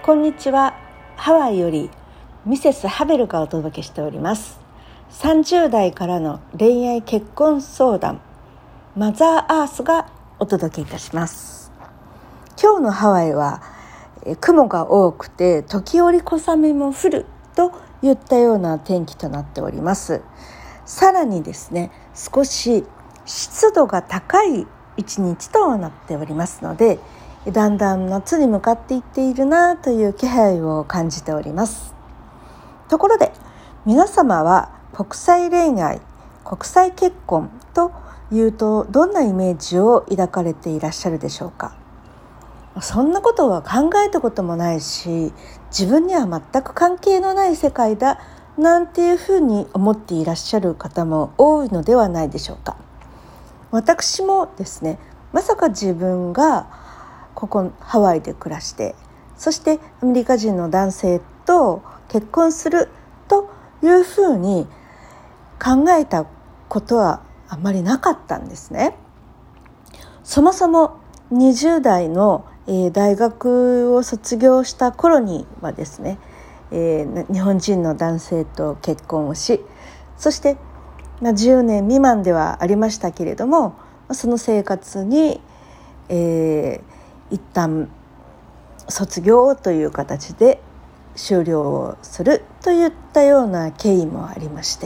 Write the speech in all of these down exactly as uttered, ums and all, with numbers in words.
こんにちは。ハワイよりミセスハベルがお届けしております。さんじゅう代からの恋愛結婚相談、マザーアースがお届けいたします。今日のハワイは雲が多くて時折小雨も降るといったような天気となっております。さらにですね、少し湿度が高い一日となっておりますので、だんだん夏に向かっていっているなという気配を感じております。ところで皆様は国際恋愛、国際結婚というとどんなイメージを抱かれていらっしゃるでしょうか。そんなことは考えたこともないし、自分には全く関係のない世界だなんていうふうに思っていらっしゃる方も多いのではないでしょうか。私もですね、まさか自分がここハワイで暮らして、そしてアメリカ人の男性と結婚するというふうに考えたことはあまりなかったんですね。そもそもにじゅう代の、えー、大学を卒業した頃にはですね、えー、日本人の男性と結婚をし、そして、まあ、じゅうねん未満ではありましたけれども、その生活に、えー一旦卒業という形で終了をするといったような経緯もありまして、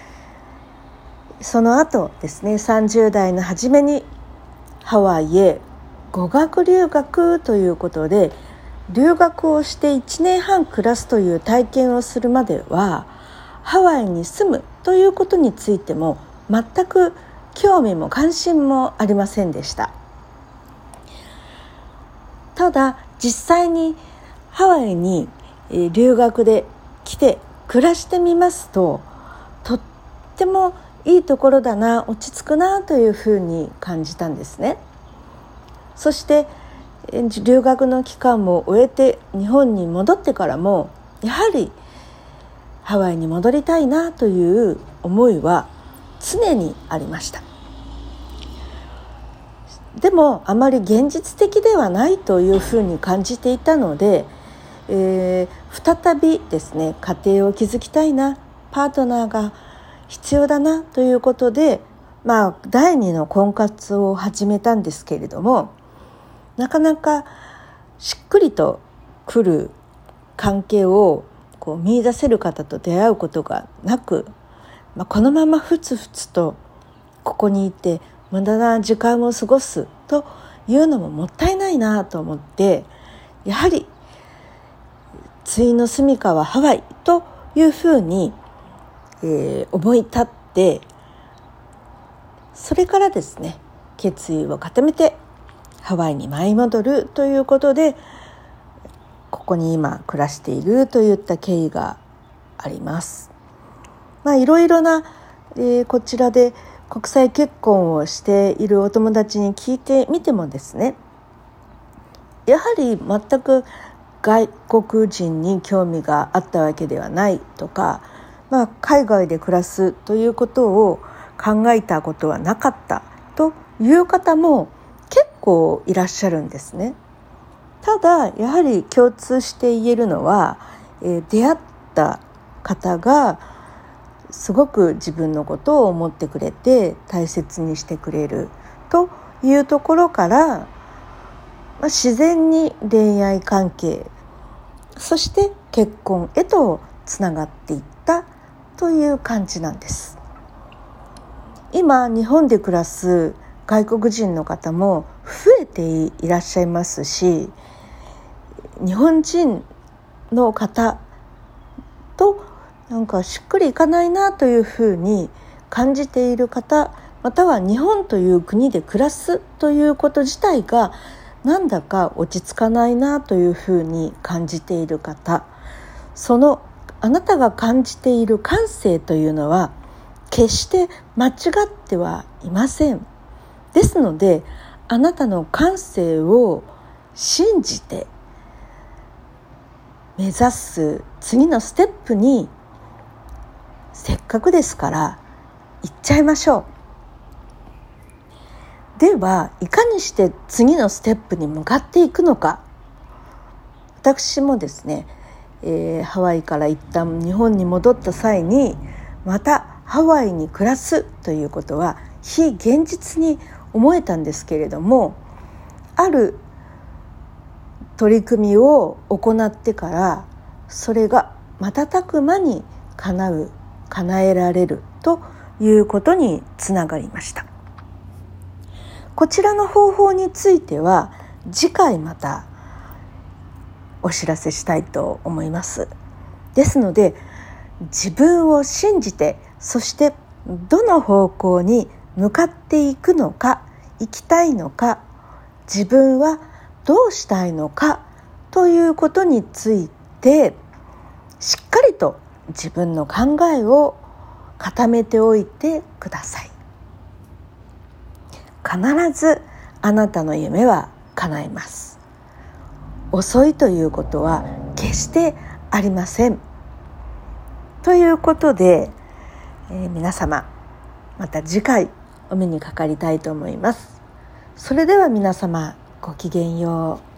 その後ですね、さんじゅう代の初めにハワイへ語学留学ということで留学をしていちねんはん暮らすという体験をするまでは、ハワイに住むということについても全く興味も関心もありませんでした。ただ実際にハワイに留学で来て暮らしてみますと、とってもいいところだな、落ち着くなというふうに感じたんですね。そして留学の期間も終えて日本に戻ってからも、やはりハワイに戻りたいなという思いは常にありました。でもあまり現実的ではないというふうに感じていたので、えー、再びですね、家庭を築きたいな、パートナーが必要だなということで、まあ第二の婚活を始めたんですけれども、なかなかしっくりとくる関係をこう見出せる方と出会うことがなく、まあ、このままふつふつとここにいて無駄な時間を過ごすというのももったいないなと思って、やはり終の住処はハワイというふうに、えー、思い立って、それからですね、決意を固めてハワイに舞い戻るということで、ここに今暮らしているといった経緯があります。まあいろいろな、えー、こちらで国際結婚をしているお友達に聞いてみてもですね、やはり全く外国人に興味があったわけではないとか、まあ、海外で暮らすということを考えたことはなかったという方も結構いらっしゃるんですね。ただやはり共通して言えるのは、えー、出会った方がすごく自分のことを思ってくれて大切にしてくれるというところから、まあ、自然に恋愛関係、そして結婚へとつながっていったという感じなんです。今日本で暮らす外国人の方も増えていらっしゃいますし、日本人の方となんかしっくりいかないなというふうに感じている方、または日本という国で暮らすということ自体がなんだか落ち着かないなというふうに感じている方、そのあなたが感じている感性というのは決して間違ってはいません。ですのであなたの感性を信じて目指す次のステップに、せっかくですから行っちゃいましょう。ではいかにして次のステップに向かっていくのか、 私もですね、えー、ハワイから一旦日本に戻った際にまたハワイに暮らすということは非現実に思えたんですけれども、ある取り組みを行ってからそれが瞬く間に叶う叶えられるということにつながりました。こちらの方法については次回またお知らせしたいと思います。ですので自分を信じて、そしてどの方向に向かっていくのか、行きたいのか、自分はどうしたいのかということについてしっかりと自分の考えを固めておいてください。必ずあなたの夢は叶えます。遅いということは決してありません。ということで、えー、皆様また次回お目にかかりたいと思います。それでは皆様ごきげんよう。